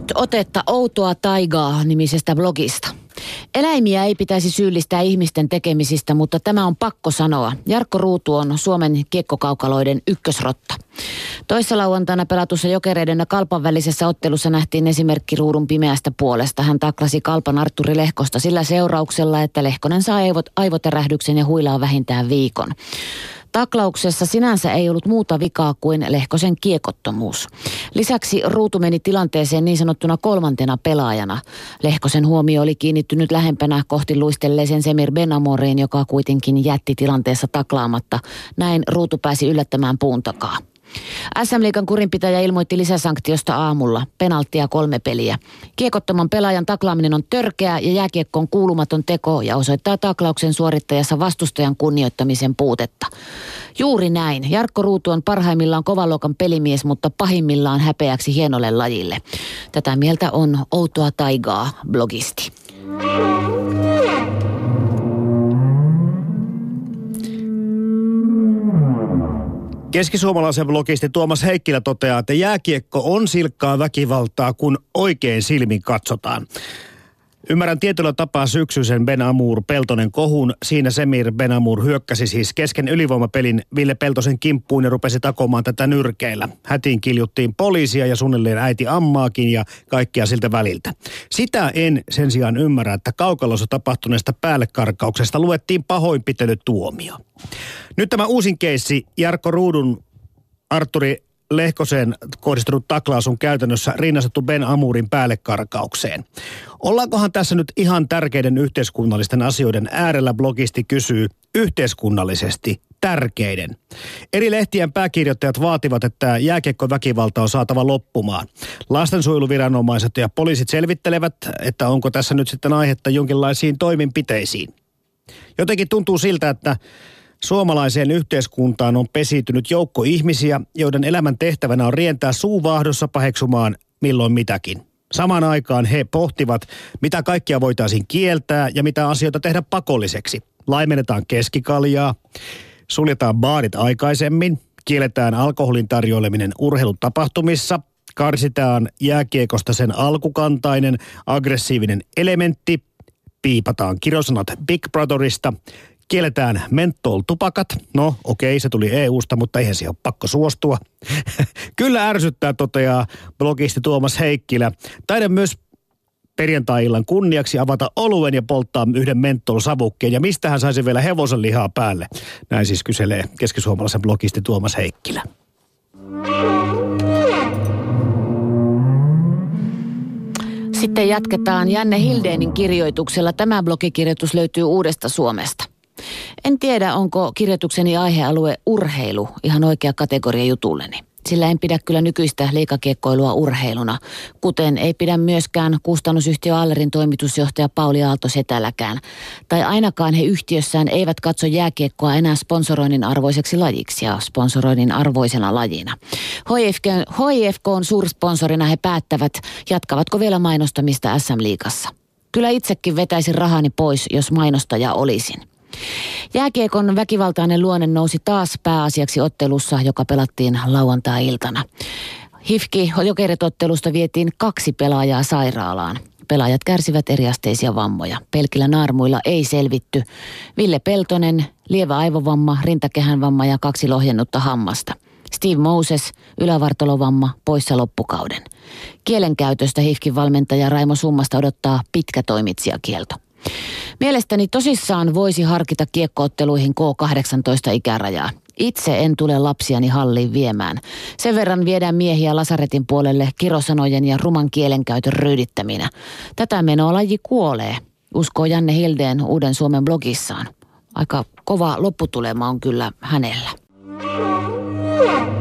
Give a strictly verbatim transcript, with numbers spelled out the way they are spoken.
Nyt otetta Outoa taigaa -nimisestä blogista. Eläimiä ei pitäisi syyllistää ihmisten tekemisistä, mutta tämä on pakko sanoa. Jarkko Ruutu on Suomen kiekkokaukaloiden ykkösrotta. Toissa lauantaina pelatussa Jokereiden ja Kalpan välisessä ottelussa nähtiin esimerkki Ruudun pimeästä puolesta. Hän taklasi Kalpan Artturi Lehkosta sillä seurauksella, että Lehkonen saa aivot, aivoterähdyksen ja huilaa vähintään viikon. Taklauksessa sinänsä ei ollut muuta vikaa kuin Lehkosen kiekottomuus. Lisäksi Ruutu meni tilanteeseen niin sanottuna kolmantena pelaajana. Lehkosen huomio oli kiinnittynyt lähempänä kohti luistelleeseen Semir Benamoriin, joka kuitenkin jätti tilanteessa taklaamatta. Näin Ruutu pääsi yllättämään puun takaa. S M-liigan kurinpitäjä ilmoitti lisäsanktiosta aamulla. Penalttia kolme peliä. Kiekottoman pelaajan taklaaminen on törkeä ja jääkiekkoon kuulumaton teko ja osoittaa taklauksen suorittajassa vastustajan kunnioittamisen puutetta. Juuri näin. Jarkko Ruutu on parhaimmillaan kovaluokan pelimies, mutta pahimmillaan häpeäksi hienolle lajille. Tätä mieltä on Outoa taigaa -blogisti. Keskisuomalaisen blogisti Tuomas Heikkilä toteaa, että jääkiekko on silkkaa väkivaltaa, kun oikein silmin katsotaan. Ymmärrän tietyllä tapaa syksyisen Ben Amour Peltonen kohun. Siinä Semir Ben Amour hyökkäsi siis kesken ylivoimapelin Ville Peltosen kimppuun ja rupesi takomaan tätä nyrkeillä. Hätiin kiljuttiin poliisia ja suunnilleen äiti ammaakin ja kaikkia siltä väliltä. Sitä en sen sijaan ymmärrä, että kaukalossa tapahtuneesta päällekarkauksesta luettiin pahoinpitelytuomio. Nyt tämä uusin keissi, Jarkko Ruudun Artturi Lehkoseen kohdistunut taklaus on käytännössä rinnastettu Ben Amourin päällekarkaukseen. Ollaankohan tässä nyt ihan tärkeiden yhteiskunnallisten asioiden äärellä, blogisti kysyy, yhteiskunnallisesti tärkeiden. Eri lehtien pääkirjoittajat vaativat, että jääkiekkoväkivalta on saatava loppumaan. Lastensuojeluviranomaiset ja poliisit selvittelevät, että onko tässä nyt sitten aihetta jonkinlaisiin toimenpiteisiin. Jotenkin tuntuu siltä, että suomalaiseen yhteiskuntaan on pesiytynyt joukko ihmisiä, joiden elämän tehtävänä on rientää suuvaahdossa paheksumaan milloin mitäkin. Samaan aikaan he pohtivat, mitä kaikkia voitaisiin kieltää ja mitä asioita tehdä pakolliseksi. Laimennetaan keskikaljaa, suljetaan baarit aikaisemmin, kielletään alkoholin tarjoileminen urheilutapahtumissa, karsitaan jääkiekosta sen alkukantainen, aggressiivinen elementti, piipataan kirjosanat Big Brotherista, kielletään menthol-tupakat. No okei, se tuli E U:sta, mutta eihän siihen ole pakko suostua. Kyllä ärsyttää, toteaa blogisti Tuomas Heikkilä. Taidan myös perjantai-illan kunniaksi avata oluen ja polttaa yhden menthol-savukkeen. Ja mistä hän saisi vielä hevosen lihaa päälle? Näin siis kyselee keskisuomalaisen blogisti Tuomas Heikkilä. Sitten jatketaan Janne Hildénin kirjoituksella. Tämä blogikirjoitus löytyy Uudesta Suomesta. En tiedä, onko kirjoitukseni aihealue urheilu ihan oikea kategoria jutulleni. Sillä en pidä kyllä nykyistä liikakiekkoilua urheiluna, kuten ei pidä myöskään kustannusyhtiö Allerin toimitusjohtaja Pauli Aalto-Setäläkään. Tai ainakaan he yhtiössään eivät katso jääkiekkoa enää sponsoroinnin arvoiseksi lajiksi ja sponsoroinnin arvoisena lajina. H I F K on suursponsorina, he päättävät, jatkavatko vielä mainostamista S M-liigassa. Kyllä itsekin vetäisin rahani pois, jos mainostaja olisin. Jääkiekon väkivaltainen luonne nousi taas pääasiaksi ottelussa, joka pelattiin lauantai-iltana. H I F K-jokeritottelusta vietiin kaksi pelaajaa sairaalaan. Pelaajat kärsivät eriasteisia vammoja. Pelkillä naarmuilla ei selvitty. Ville Peltonen, lievä aivovamma, rintakehän vamma ja kaksi lohjennutta hammasta. Steve Moses, ylävartalovamma, poissa loppukauden. Kielenkäytöstä H I F K:n valmentaja Raimo Summasta odottaa pitkä toimitsijakielto. Mielestäni tosissaan voisi harkita kiekkootteluihin K kahdeksantoista ikärajaa. Itse en tule lapsiani halliin viemään. Sen verran viedään miehiä lasaretin puolelle kirosanojen ja ruman kielenkäytön ryydittäminä. Tätä menoa laji kuolee, uskoo Janne Hildén Uuden Suomen blogissaan. Aika kova lopputulema on kyllä hänellä.